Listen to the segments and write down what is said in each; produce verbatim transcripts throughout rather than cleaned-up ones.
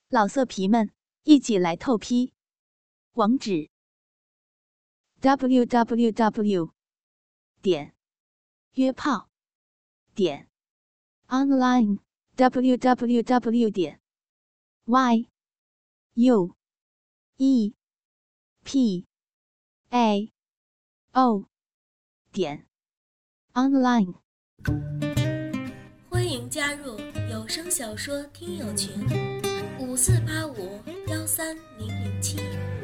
老色皮们，一起来透批！网址 ：double u double u double u 点约炮点 online w w w 点 y u e p a o 点 online。 欢迎加入有声小说听友群五四八五幺三零零七。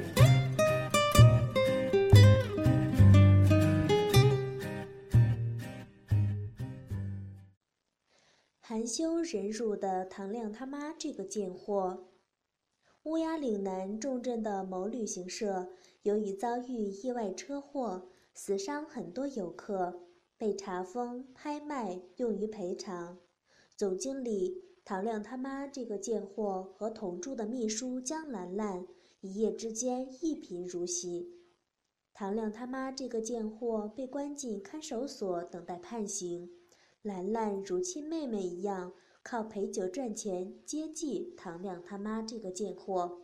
含羞忍辱的唐亮他妈这个贱货。乌鸦岭南重镇的某旅行社由于遭遇意外车祸，死伤很多游客，被查封、拍卖，用于赔偿。总经理唐亮他妈这个贱货和同住的秘书江兰兰一夜之间一贫如洗。唐亮他妈这个贱货被关进看守所等待判刑，兰兰如亲妹妹一样靠陪酒赚钱接济唐亮他妈这个贱货。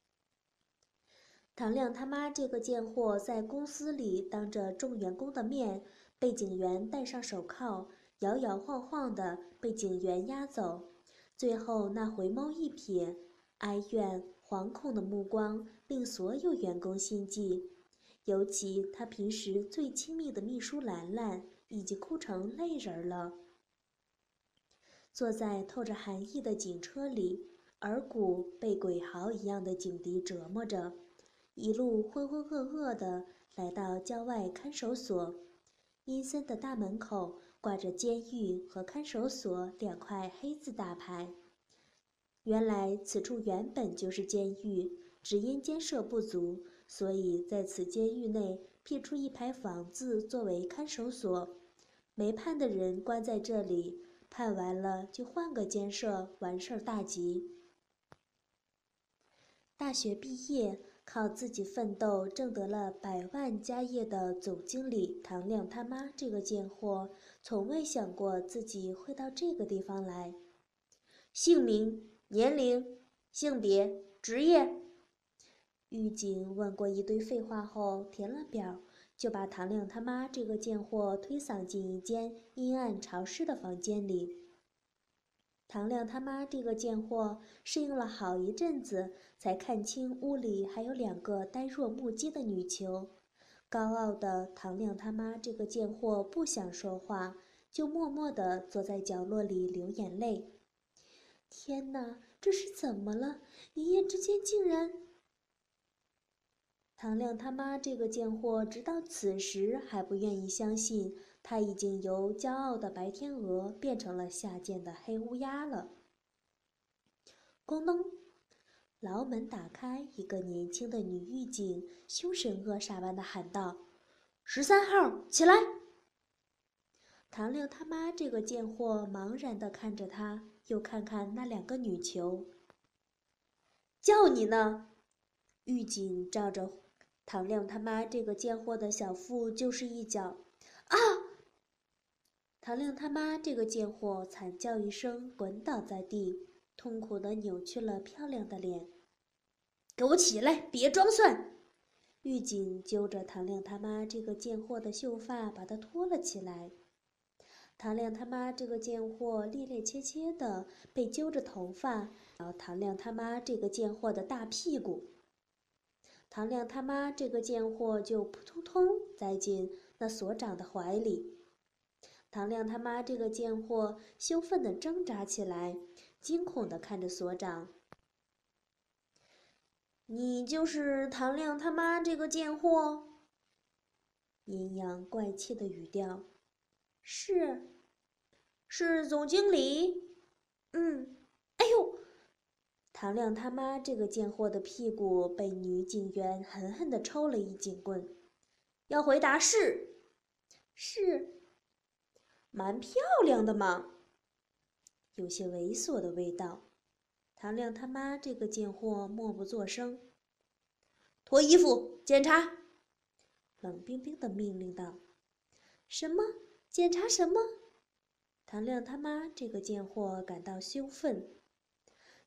唐亮他妈这个贱货在公司里当着众员工的面被警员戴上手铐，摇摇晃晃地被警员押走，最后那回眸一瞥，哀怨惶恐的目光令所有员工心悸，尤其他平时最亲密的秘书兰兰已经哭成泪人了。坐在透着寒意的警车里，耳骨被鬼嚎一样的警笛折磨着，一路浑浑噩噩地来到郊外看守所。阴森的大门口挂着监狱和看守所两块黑字大牌。原来此处原本就是监狱，只因监舍不足，所以在此监狱内辟出一排房子作为看守所。没判的人关在这里，判完了就换个监舍，完事儿大吉。大学毕业，靠自己奋斗挣得了百万家业的总经理唐亮他妈这个贱货，从未想过自己会到这个地方来。姓名、年龄、性别、职业。狱警问过一堆废话后，填了表，就把唐亮他妈这个贱货推搡进一间阴暗潮湿的房间里。唐亮他妈这个贱货适应了好一阵子，才看清屋里还有两个呆若木鸡的女囚。高傲的唐亮他妈这个贱货不想说话，就默默地坐在角落里流眼泪。天哪，这是怎么了？一夜之间竟然……唐亮他妈这个贱货直到此时还不愿意相信，他已经由骄傲的白天鹅变成了下贱的黑乌鸦了。咣当，牢门打开，一个年轻的女狱警凶神恶煞般地喊道：“十三号，起来！”唐亮他妈这个贱货茫然地看着他，又看看那两个女囚。叫你呢！狱警照着唐亮他妈这个贱货的小腹就是一脚。啊！唐亮他妈这个贱货惨叫一声，滚倒在地，痛苦地扭曲了漂亮的脸。给我起来，别装蒜！狱警揪着唐亮他妈这个贱货的秀发，把他拖了起来。唐亮他妈这个贱货趔趔趄趄的被揪着头发，然后唐亮他妈这个贱货的大屁股。唐亮他妈这个贱货就扑通通栽进那所长的怀里。唐亮他妈这个贱货羞愤地挣扎起来，惊恐地看着所长：“你就是唐亮他妈这个贱货？”阴阳怪气的语调。是，是总经理。嗯，哎呦！唐亮他妈这个贱货的屁股被女警员狠狠地抽了一警棍。要回答是。是。蛮漂亮的嘛。有些猥琐的味道。唐亮他妈这个贱货默不作声。脱衣服，检查！冷冰冰地命令道。什么？检查什么？唐亮他妈这个贱货感到羞愤。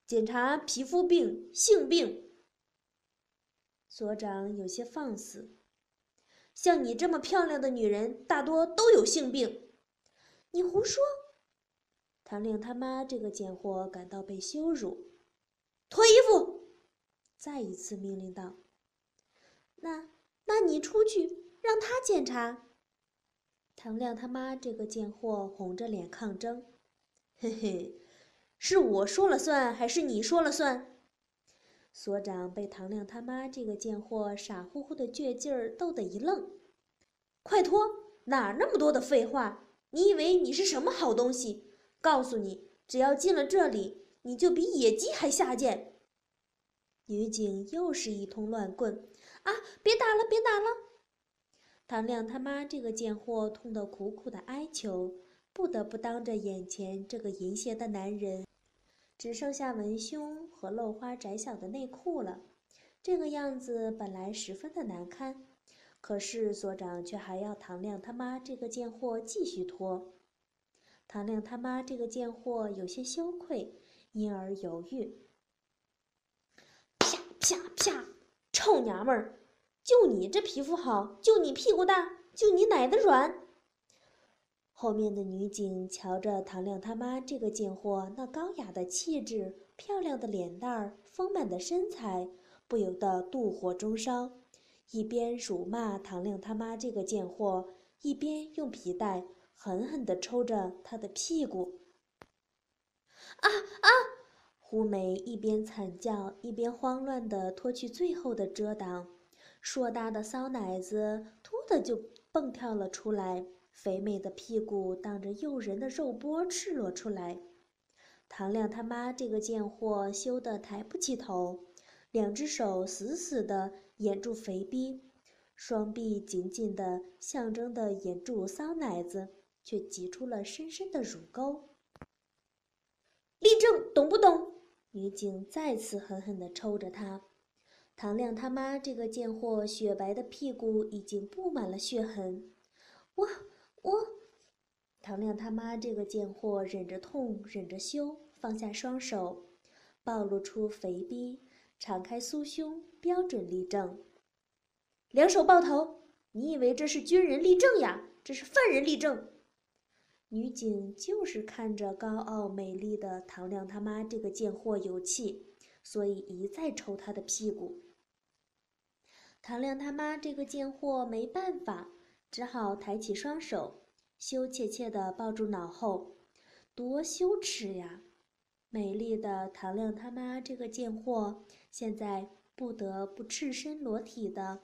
检查皮肤病、性病。所长有些放肆。像你这么漂亮的女人，大多都有性病。你胡说！唐亮他妈这个贱货感到被羞辱。脱衣服！再一次命令道。那，那你出去，让他检查。唐亮他妈这个贱货红着脸抗争。嘿嘿，是我说了算，还是你说了算？所长被唐亮他妈这个贱货傻乎乎的倔劲儿逗得一愣。快脱！哪那么多的废话？你以为你是什么好东西？告诉你，只要进了这里，你就比野鸡还下贱。女警又是一通乱棍。啊，别打了，别打了！唐亮他妈这个贱货痛得苦苦的哀求，不得不当着眼前这个淫邪的男人，只剩下文胸和露花窄小的内裤了。这个样子本来十分的难堪，可是所长却还要唐亮他妈这个贱货继续脱。唐亮他妈这个贱货有些羞愧，因而犹豫。啪啪啪！臭娘们儿！就你这皮肤好，就你屁股大，就你奶的软。后面的女警瞧着唐亮他妈这个贱货那高雅的气质、漂亮的脸蛋儿、丰满的身材，不由得妒火中烧，一边辱骂唐亮他妈这个贱货，一边用皮带狠狠地抽着他的屁股。啊啊！胡梅一边惨叫，一边慌乱地脱去最后的遮挡。硕大的骚奶子突的就蹦跳了出来，肥美的屁股当着诱人的肉波赤裸出来。唐亮他妈这个贱货羞得抬不起头，两只手死死地掩住肥逼，双臂紧紧地象征地掩住骚奶子，却挤出了深深的乳沟。立正，懂不懂？女警再次狠狠地抽着他。唐亮他妈这个贱货雪白的屁股已经布满了血痕。我我，唐亮他妈这个贱货忍着痛，忍着羞，放下双手，暴露出肥逼，敞开酥胸，标准立正。两手抱头，你以为这是军人立正呀？这是犯人立正。女警就是看着高傲美丽的唐亮他妈这个贱货有气，所以一再抽他的屁股。唐亮他妈这个贱货没办法，只好抬起双手，羞怯怯地抱住脑后。多羞耻呀！美丽的唐亮他妈这个贱货，现在不得不赤身裸体地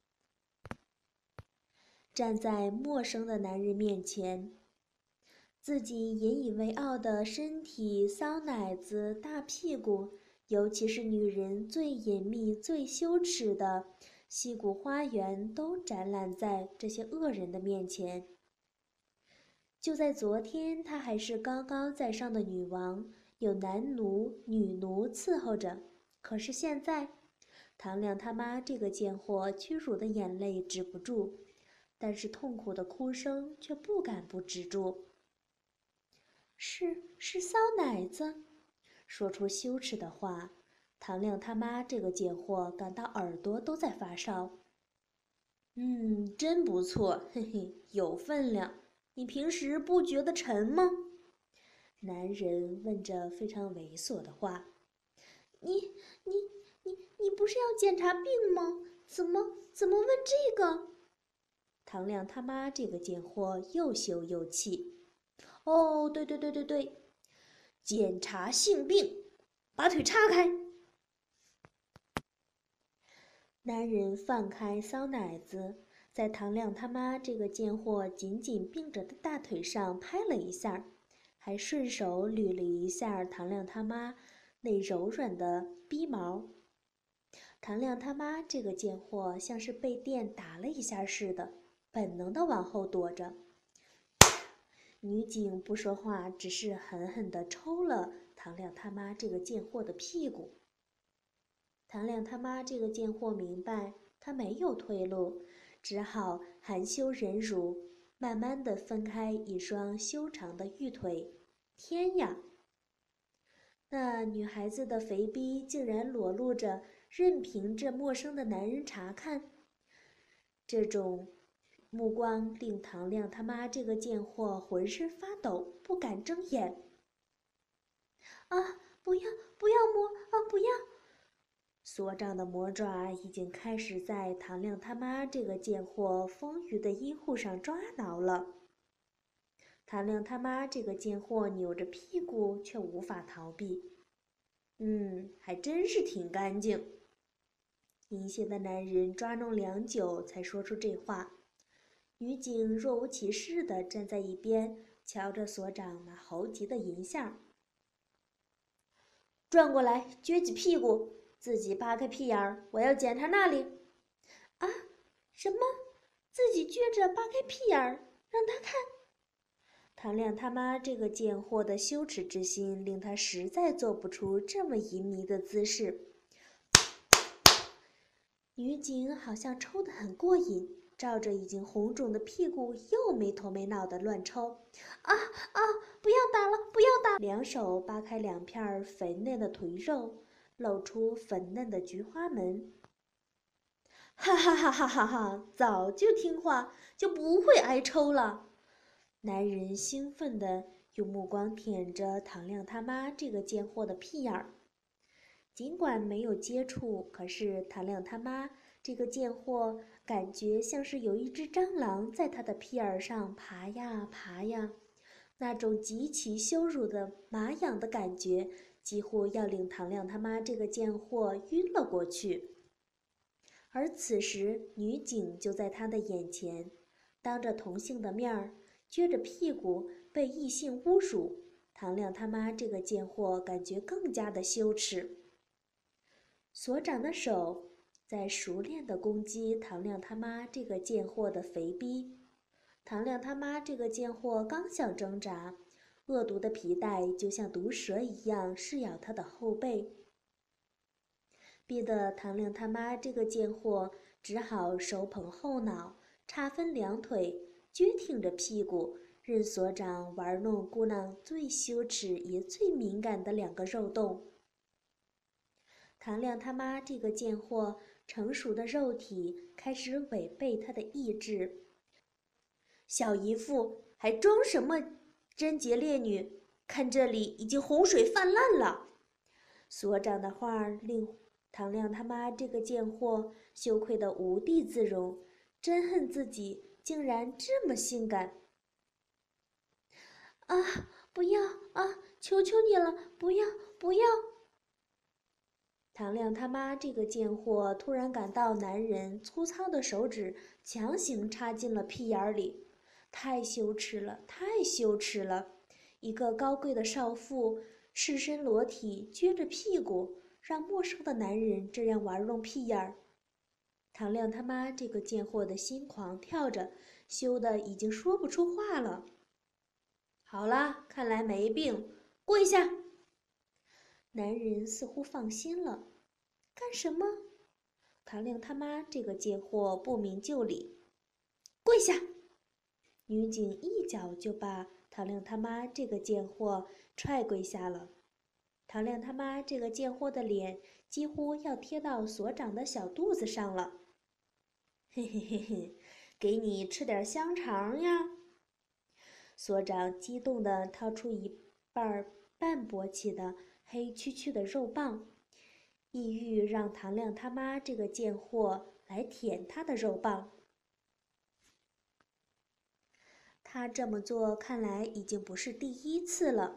站在陌生的男人面前。自己引以为傲的身体、骚奶子、大屁股，尤其是女人最隐秘、最羞耻的戏骨花园，都展览在这些恶人的面前。就在昨天，她还是高高在上的女王，有男奴、女奴伺候着。可是现在，唐亮他妈这个贱货屈辱的眼泪止不住，但是痛苦的哭声却不敢不止住。是是骚奶子，说出羞耻的话，唐亮他妈这个贱货感到耳朵都在发烧。嗯，真不错，嘿嘿，有分量。你平时不觉得沉吗？男人问着非常猥琐的话。你你你你不是要检查病吗？怎么怎么问这个？唐亮他妈这个贱货又羞又气。哦，对对对对对，检查性病，把腿叉开。男人放开骚奶子，在唐亮他妈这个贱货紧紧并着的大腿上拍了一下，还顺手捋了一下唐亮他妈那柔软的逼毛。唐亮他妈这个贱货像是被电打了一下似的，本能地往后躲着。女警不说话，只是狠狠地抽了唐亮他妈这个贱货的屁股。唐亮他妈这个贱货明白他没有退路，只好含羞忍辱，慢慢地分开一双修长的玉腿。天呀！ 那女孩子的肥逼竟然裸露着，任凭这陌生的男人查看。这种目光令唐亮他妈这个贱货浑身发抖，不敢睁眼。啊！不要，不要摸啊！不要！所长的魔爪已经开始在唐亮他妈这个贱货丰腴的阴户上抓挠了。唐亮他妈这个贱货扭着屁股，却无法逃避。嗯，还真是挺干净。阴险的男人抓弄良久，才说出这话。女警若无其事地站在一边，瞧着所长那猴急的淫相。转过来，撅起屁股，自己扒开屁眼儿，我要检查那里。啊，什么？自己撅着扒开屁眼儿，让他看？唐亮他妈这个贱货的羞耻之心，令他实在做不出这么淫靡的姿势。女警好像抽得很过瘾，照着已经红肿的屁股又没头没脑地乱抽。啊啊！不要打了，不要打！两手扒开两片肥嫩的腿肉，露出粉嫩的菊花门。哈哈哈哈哈哈！早就听话，就不会挨抽了。男人兴奋地用目光舔着唐亮他妈这个贱货的屁眼儿。尽管没有接触，可是唐亮他妈这个贱货感觉像是有一只蟑螂在他的屁眼上爬呀爬呀，那种极其羞辱的麻痒的感觉，几乎要令唐亮他妈这个贱货晕了过去。而此时，女警就在他的眼前，当着同性的面儿，撅着屁股被异性侮辱。唐亮他妈这个贱货感觉更加的羞耻。所长的手在熟练地攻击唐亮他妈这个贱货的肥逼。唐亮他妈这个贱货刚想挣扎，恶毒的皮带就像毒蛇一样噬咬他的后背，逼得唐亮他妈这个贱货只好手捧后脑，叉分两腿，撅挺着屁股，任所长玩弄姑娘最羞耻也最敏感的两个肉洞。唐亮他妈这个贱货，成熟的肉体开始违背他的意志。小姨夫还装什么贞洁烈女？看这里已经洪水泛滥了。所长的话令唐亮他妈这个贱货羞愧得无地自容，真恨自己竟然这么性感。啊！不要啊！求求你了，不要不要！唐亮他妈这个贱货突然感到男人粗糙的手指强行插进了屁眼里，太羞耻了，太羞耻了！一个高贵的少妇赤身裸体，撅着屁股，让陌生的男人这样玩弄屁眼儿。唐亮他妈这个贱货的心狂跳着，羞得已经说不出话了。好啦，看来没病，跪下！男人似乎放心了。干什么？唐亮他妈这个贱货不明就里。跪下！女警一脚就把唐亮他妈这个贱货踹跪下了。唐亮他妈这个贱货的脸几乎要贴到所长的小肚子上了。嘿嘿嘿嘿，给你吃点香肠呀！所长激动地掏出一半半勃起的黑黢黢的肉棒，意欲让唐亮他妈这个贱货来舔他的肉棒。他这么做看来已经不是第一次了。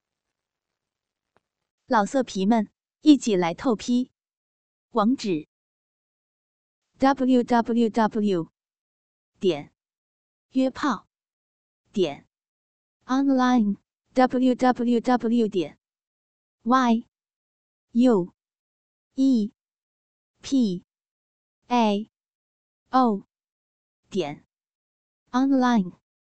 老色皮们，一起来透批！网址 ：double-u double-u double-u 点约炮点 online double-u double-u double-u 点 y u e p a o 点 online。